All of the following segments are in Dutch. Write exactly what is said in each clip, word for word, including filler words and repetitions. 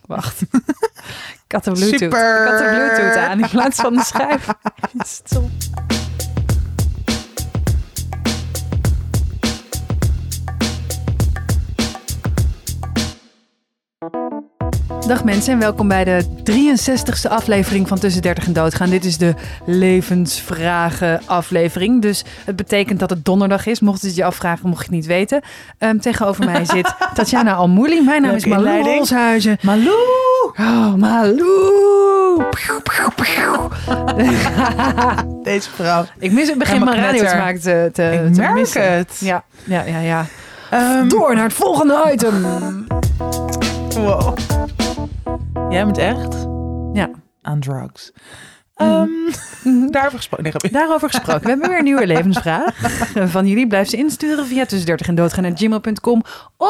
Wacht. Ik had de Bluetooth. Super. Ik had de Bluetooth aan in plaats van de schijf. Stop. Dag mensen en welkom bij de drieënzestigste aflevering van Tussen dertig en Doodgaan. Dit is de levensvragen aflevering. Dus het betekent dat het donderdag is. Mocht je het je afvragen, mocht je het niet weten. Um, tegenover mij zit Tatjana Almouli. Mijn naam Leuke is Malou inleiding. Holshuizen. Malou! Oh, Malou! Deze vrouw. Ik mis het begin Ja, mijn radio te magnetter. maken te, te, Ik te merk missen. het. Ja, ja, ja, ja. Um, Door naar het volgende item. Wow. Jij bent echt Ja. aan drugs. Um, daarover gesproken. Nee, grapje. Daarover gesproken. We hebben weer een nieuwe levensvraag van jullie. Blijf ze insturen via tussen dertig en doodgaan at gmail punt com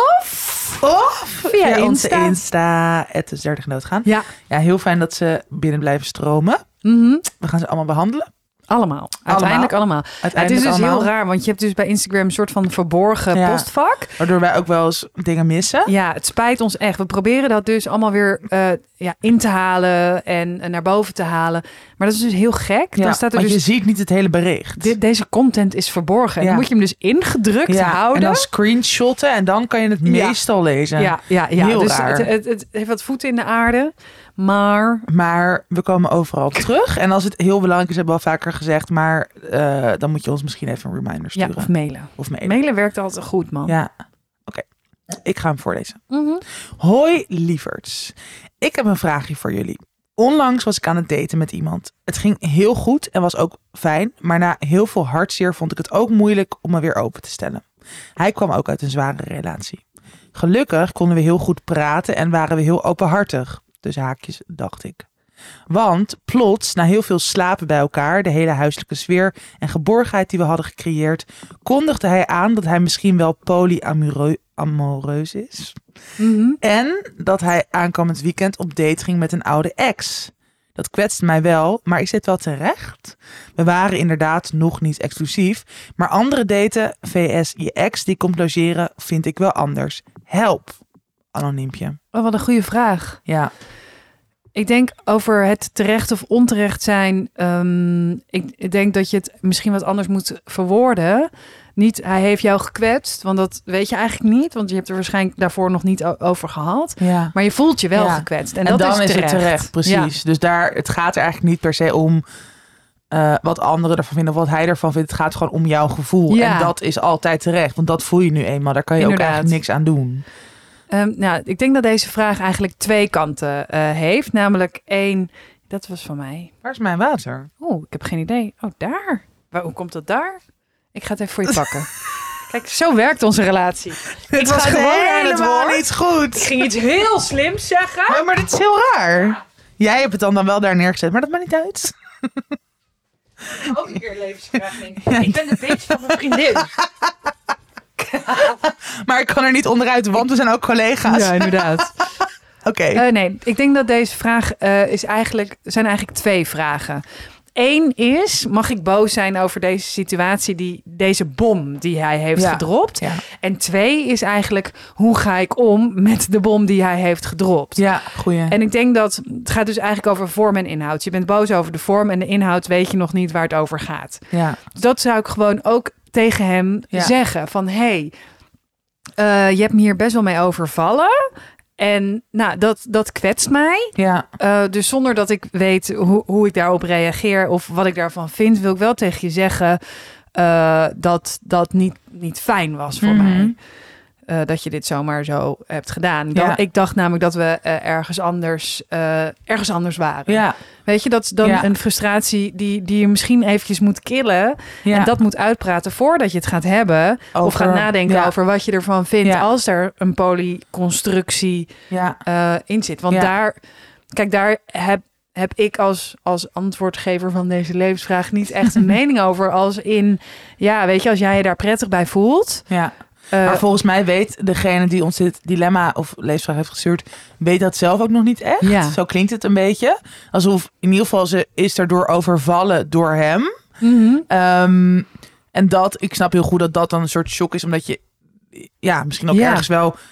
of, Of via, via onze Insta. Insta, het tussen dertig en doodgaan. Ja. Ja, heel fijn dat ze binnen blijven stromen. Mhm. We gaan ze allemaal behandelen. Allemaal. Uiteindelijk allemaal. Uiteindelijk Het is dus allemaal. heel raar, want je hebt dus bij Instagram een soort van verborgen Ja. postvak. Waardoor wij ook wel eens dingen missen. Ja, het spijt ons echt. We proberen dat dus allemaal weer uh, ja, in te halen en uh, naar boven te halen. Maar dat is dus heel gek. Ja, Dan staat er want dus, je ziet niet het hele bericht. dit, deze content is verborgen. En Ja. dan moet je hem dus ingedrukt ja, houden. en dan screenshotten en dan kan je het Ja. meestal lezen. Ja, ja, ja. Heel dus raar. het, het, het heeft wat voeten in de aarde. Maar Maar we komen overal op terug. En als het heel belangrijk is, hebben we al vaker gezegd. Maar uh, dan moet je ons misschien even een reminder ja, sturen. of mailen. Of mailen. Mailen werkt altijd goed, man. Ja, oké. Okay. Ik ga hem voorlezen. Mm-hmm. Hoi lieverds. Ik heb een vraagje voor jullie. Onlangs was ik aan het daten met iemand. Het ging heel goed en was ook fijn. Maar na heel veel hartzeer vond ik het ook moeilijk om me weer open te stellen. Hij kwam ook uit een zware relatie. Gelukkig konden we heel goed praten en waren we heel openhartig. Dus haakjes, dacht ik. Want plots, na heel veel slapen bij elkaar, de hele huiselijke sfeer en geborgenheid die we hadden gecreëerd, kondigde hij aan dat hij misschien wel polyamoreus is. Mm-hmm. En dat hij aankomend weekend op date ging met een oude ex. Dat kwetste mij wel, maar is dit wel terecht? We waren inderdaad nog niet exclusief, maar andere daten, vs je ex die komt logeren, vind ik wel anders. Help. Anoniempje. Oh, wat een goede vraag. Ja. Ik denk over het terecht of onterecht zijn. Um, ik, ik denk dat je het misschien wat anders moet verwoorden. Niet, hij heeft jou gekwetst, want dat weet je eigenlijk niet. Want je hebt er waarschijnlijk daarvoor nog niet o- over gehad. Ja. Maar je voelt je wel Ja. gekwetst. En, En, dat dan is terecht. het terecht, precies. Ja. Dus daar, het gaat er eigenlijk niet per se om uh, wat anderen ervan vinden of wat hij ervan vindt. Het gaat gewoon om jouw gevoel. Ja. En dat is altijd terecht, want dat voel je nu eenmaal. Daar kan je Inderdaad. ook eigenlijk niks aan doen. Um, nou, ik denk dat deze vraag eigenlijk twee kanten uh, heeft. Namelijk één, dat was van mij. Waar is mijn water? Oh, ik heb geen idee. Oh, daar. Waar, hoe komt dat daar? Ik ga het even voor je pakken. Kijk, zo werkt onze relatie. Het ga was gewoon aan het helemaal woord. niet goed. Ik ging iets heel slims zeggen. Oh, maar dit is heel raar. Jij hebt het dan, dan wel daar neergezet, maar dat maakt niet uit. Ook een keer levensvraag, denk ik. Ik ben de bitch van mijn vriendin. Maar ik kan er niet onderuit, want we zijn ook collega's. Ja, inderdaad. Oké. Okay. Uh, nee, ik denk dat deze vraag uh, is eigenlijk, zijn eigenlijk twee vragen. Eén is, mag ik boos zijn over deze situatie, die, deze bom die hij heeft ja. gedropt? Ja. En twee is eigenlijk, hoe ga ik om met de bom die hij heeft gedropt? Ja, goeie. En ik denk dat, het gaat dus eigenlijk over vorm en inhoud. Je bent boos over de vorm en de inhoud weet je nog niet waar het over gaat. Ja. Dus dat zou ik gewoon ook tegen hem ja. zeggen. Van, hé, hey, uh, je hebt me hier best wel mee overvallen. En nou, dat, dat kwetst mij. Ja. Uh, dus zonder dat ik weet hoe, hoe ik daarop reageer of wat ik daarvan vind, wil ik wel tegen je zeggen uh, dat dat niet, niet fijn was voor mm-hmm. mij. Uh, dat je dit zomaar zo hebt gedaan. Dan, ja. Ik dacht namelijk dat we uh, ergens anders uh, ergens anders waren. Ja. Weet je, dat is dan ja. een frustratie die, die je misschien eventjes moet killen. Ja. En dat moet uitpraten voordat je het gaat hebben. Over, of gaat nadenken ja. over wat je ervan vindt ja. als er een polyconstructie ja. uh, in zit. Want ja. daar, kijk, daar heb, heb ik als, als antwoordgever van deze levensvraag niet echt een mening over. Als in, ja, weet je, als jij je daar prettig bij voelt. Ja. Uh, maar volgens mij weet degene die ons dit dilemma of levensvraag heeft gestuurd, weet dat zelf ook nog niet echt. Ja. Zo klinkt het een beetje. Alsof in ieder geval ze is daardoor overvallen door hem. Mm-hmm. Um, en dat, ik snap heel goed dat dat dan een soort shock is, omdat je ja, misschien ook ja. ergens wel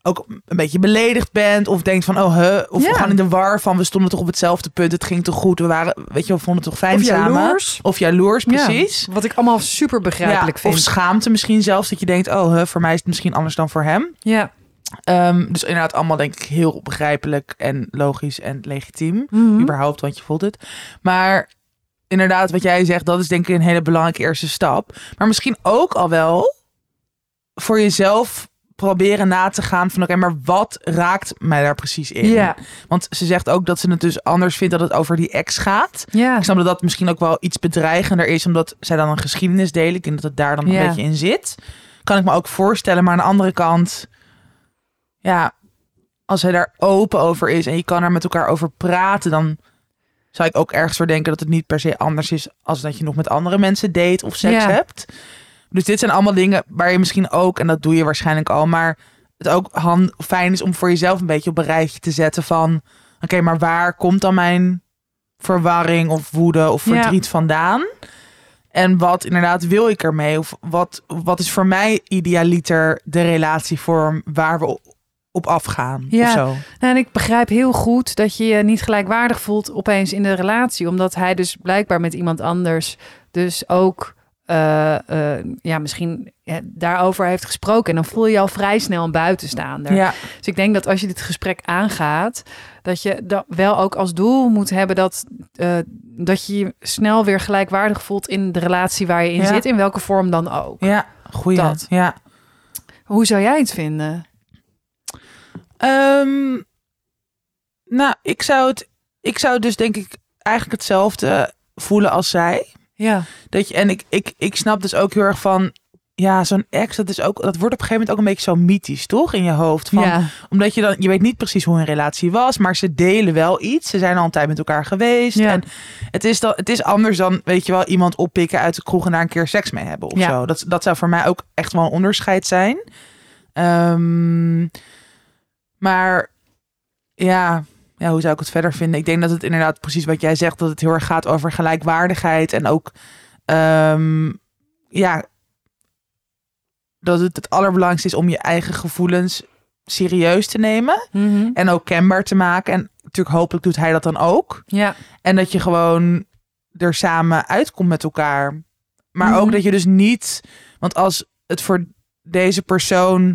ook een beetje beledigd bent. Of denkt van, oh, huh, of Ja. gewoon in de war van, we stonden toch op hetzelfde punt. Het ging toch goed. We waren, weet je, we vonden het toch fijn Of samen. jaloers. Of jaloers, precies. Ja, wat ik allemaal super begrijpelijk Ja, vind. of schaamte misschien zelfs. Dat je denkt, oh, huh, voor mij is het misschien anders dan voor hem. Ja. Um, dus inderdaad allemaal denk ik heel begrijpelijk en logisch en legitiem. Mhm. Überhaupt, want je voelt het. Maar inderdaad, wat jij zegt, dat is denk ik een hele belangrijke eerste stap. Maar misschien ook al wel voor jezelf proberen na te gaan van oké, maar wat raakt mij daar precies in? Ja. Want ze zegt ook dat ze het dus anders vindt dat het over die ex gaat. Ja. Ik snap dat dat misschien ook wel iets bedreigender is, omdat zij dan een geschiedenis delen. Ik denk dat het daar dan Ja. een beetje in zit. Kan ik me ook voorstellen, maar aan de andere kant, ja, als hij daar open over is en je kan er met elkaar over praten, dan zou ik ook ergens voor denken dat het niet per se anders is als dat je nog met andere mensen date of seks Ja. hebt. Dus dit zijn allemaal dingen waar je misschien ook, en dat doe je waarschijnlijk al, maar het ook hand, fijn is om voor jezelf een beetje op een rijtje te zetten van, oké, okay, maar waar komt dan mijn verwarring of woede of verdriet Ja. vandaan? En wat inderdaad wil ik ermee? Of wat, wat is voor mij idealiter de relatievorm waar we op, op afgaan? Ja. Of zo? Nou, en ik begrijp heel goed dat je je niet gelijkwaardig voelt opeens in de relatie. Omdat hij dus blijkbaar met iemand anders dus ook uh, uh, ja, misschien ja, daarover heeft gesproken. En dan voel je je al vrij snel een buitenstaander. Ja. Dus ik denk dat als je dit gesprek aangaat, dat je dat wel ook als doel moet hebben dat, uh, dat je je snel weer gelijkwaardig voelt in de relatie waar je in Ja. zit. In welke vorm dan ook. Ja, goeie. Dat. Ja. Hoe zou jij het vinden? Um, nou, ik zou het, ik zou dus denk ik eigenlijk hetzelfde voelen als zij. Ja. Dat je, en ik, ik, ik snap dus ook heel erg van, ja, zo'n ex, dat is ook, dat wordt op een gegeven moment ook een beetje zo mythisch, toch? In je hoofd. Van, Ja. Omdat je dan, je weet niet precies hoe hun relatie was, maar ze delen wel iets. Ze zijn al een tijd met elkaar geweest. Ja. En het is, dan, het is anders dan, weet je wel, iemand oppikken uit de kroeg en daar een keer seks mee hebben of Ja. zo. Dat, dat zou voor mij ook echt wel een onderscheid zijn. Um, maar ja, ja, hoe zou ik het verder vinden? Ik denk dat het inderdaad precies wat jij zegt, dat het heel erg gaat over gelijkwaardigheid en ook, um, ja, dat het het allerbelangrijkste is om je eigen gevoelens serieus te nemen Mm-hmm. en ook kenbaar te maken. En natuurlijk hopelijk doet hij dat dan ook. Ja. En dat je gewoon er samen uitkomt met elkaar. Maar Mm-hmm. ook dat je dus niet, want als het voor deze persoon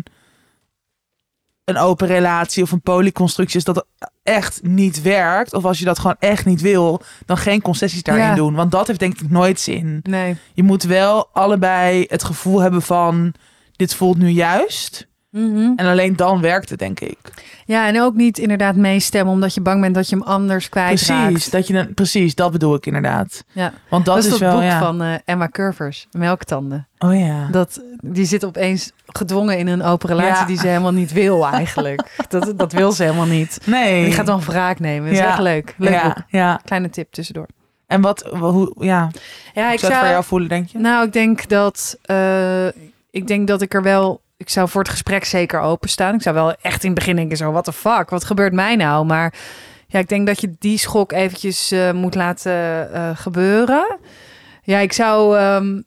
een open relatie of een polyconstructie is dat echt niet werkt, of als je dat gewoon echt niet wil, dan geen concessies daarin Ja. doen. Want dat heeft denk ik nooit zin. Nee. Je moet wel allebei het gevoel hebben van, dit voelt nu juist. Mm-hmm. En alleen dan werkt het, denk ik. Ja, en ook niet inderdaad meestemmen omdat je bang bent dat je hem anders kwijtraakt. Precies, dat je dan, precies, dat bedoel ik inderdaad. Ja. Want dat, Dat, is is dat wel, boek ja. van uh, Emma Curvers, Melktanden. Oh ja. Dat, die zit opeens gedwongen in een open relatie Ja. die ze helemaal niet wil eigenlijk. dat, dat wil ze helemaal niet. Nee. Die gaat dan wraak nemen. Dat is Ja. echt leuk. Leuk ja, boek. ja. Kleine tip tussendoor. En wat, hoe, ja. Ja, Hoe ik zou het zou... voor jou voelen, denk je? Nou, ik denk dat uh, ik denk dat ik er wel. Ik zou voor het gesprek zeker openstaan. Ik zou wel echt in het begin denken zo, what the fuck, wat gebeurt mij nou? Maar ja, ik denk dat je die schok eventjes uh, moet laten uh, gebeuren. Ja, ik zou, um,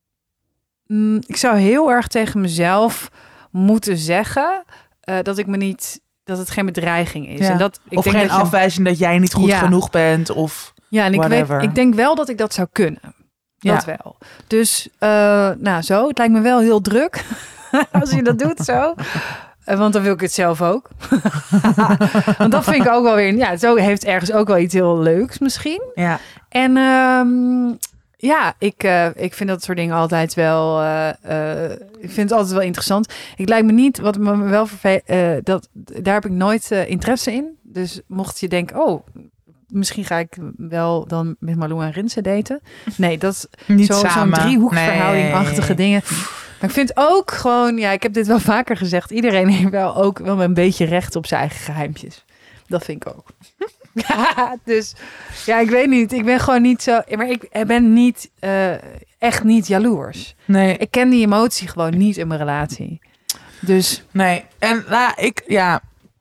mm, ik zou heel erg tegen mezelf moeten zeggen uh, dat ik me niet, dat het geen bedreiging is. Ja. En dat, ik of denk geen dat je, afwijzing dat jij niet goed Ja. genoeg bent, of ja, en ik whatever. weet, ik denk wel dat ik dat zou kunnen. Dat Ja. wel. Dus, uh, nou zo, het lijkt me wel heel druk als je dat doet zo. Uh, want dan wil ik het zelf ook. Want dat vind ik ook wel weer, ja, zo heeft ergens ook wel iets heel leuks misschien. Ja. En um, ja, ik, uh, ik vind dat soort dingen altijd wel, uh, uh, ik vind het altijd wel interessant. Ik lijkt me niet, wat me wel vervelend, uh, dat daar heb ik nooit uh, interesse in. Dus mocht je denken, oh, misschien ga ik wel dan met Malou en Rinse daten. Nee, dat is Niet zo, zo'n samen. driehoekverhouding-achtige Nee. dingen. Maar ik vind ook gewoon, ja, ik heb dit wel vaker gezegd. Iedereen heeft wel ook wel een beetje recht op zijn eigen geheimpjes. Dat vind ik ook. Ja, dus ja, ik weet niet. Ik ben gewoon niet zo, maar ik ben niet, uh, echt niet jaloers. Nee. Ik ken die emotie gewoon niet in mijn relatie. Dus Nee. En nou, ik, ja,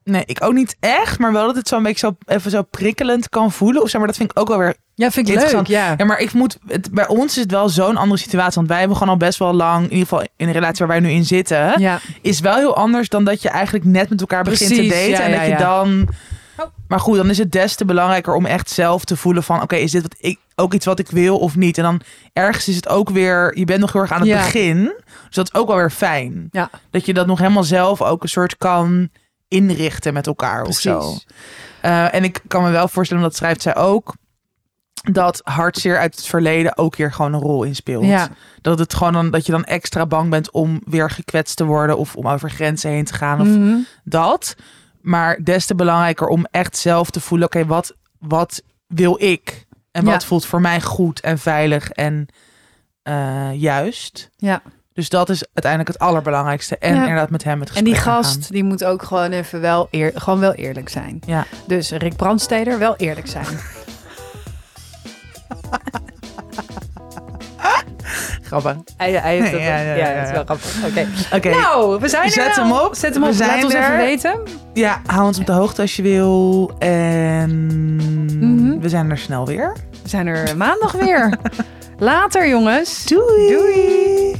Nee, ik ook niet echt. Maar wel dat het zo'n beetje zo, even zo prikkelend kan voelen. Of zeg maar, dat vind ik ook wel weer Ja, vind ik leuk. interessant. Ja. Ja, maar ik moet, het, bij ons is het wel zo'n andere situatie. Want wij hebben gewoon al best wel lang, in ieder geval in de relatie waar wij nu in zitten, Ja. is wel heel anders dan dat je eigenlijk net met elkaar begint Precies, te daten. ja, en dat ja, je ja. dan... Oh. Maar goed, dan is het des te belangrijker om echt zelf te voelen van... oké, is dit wat ik, ook iets wat ik wil of niet? En dan ergens is het ook weer... je bent nog heel erg aan het Ja. begin. Dus dat is ook wel weer fijn. Ja. Dat je dat nog helemaal zelf ook een soort kan inrichten met elkaar Precies. of zo. Uh, en ik kan me wel voorstellen, dat schrijft zij ook... dat hartzeer uit het verleden ook weer gewoon een rol in speelt. Ja. Dat het gewoon dan, dat je dan extra bang bent om weer gekwetst te worden of om over grenzen heen te gaan of Mm-hmm. dat. Maar des te belangrijker om echt zelf te voelen, oké, okay, wat, wat wil ik? En wat Ja. voelt voor mij goed en veilig en uh, juist? Ja. Dus dat is uiteindelijk het allerbelangrijkste. En Ja. inderdaad met hem het En gesprek die gast, aangaan. die moet ook gewoon even wel, eer, gewoon wel eerlijk zijn. Ja. Dus Rick Brandsteder, wel eerlijk zijn. Grappig. Hij, hij heeft Nee, dat, ja, ja, ja, ja, ja, het is ja. wel grappig. Oké. Oké. Nou, we zijn er Zet wel. hem op. Zet hem op. We Laat zijn ons er. even weten. Ja, hou ons op de hoogte als je wil. En Mhm. we zijn er snel weer. We zijn er maandag weer. Later, jongens. Doei! Doei!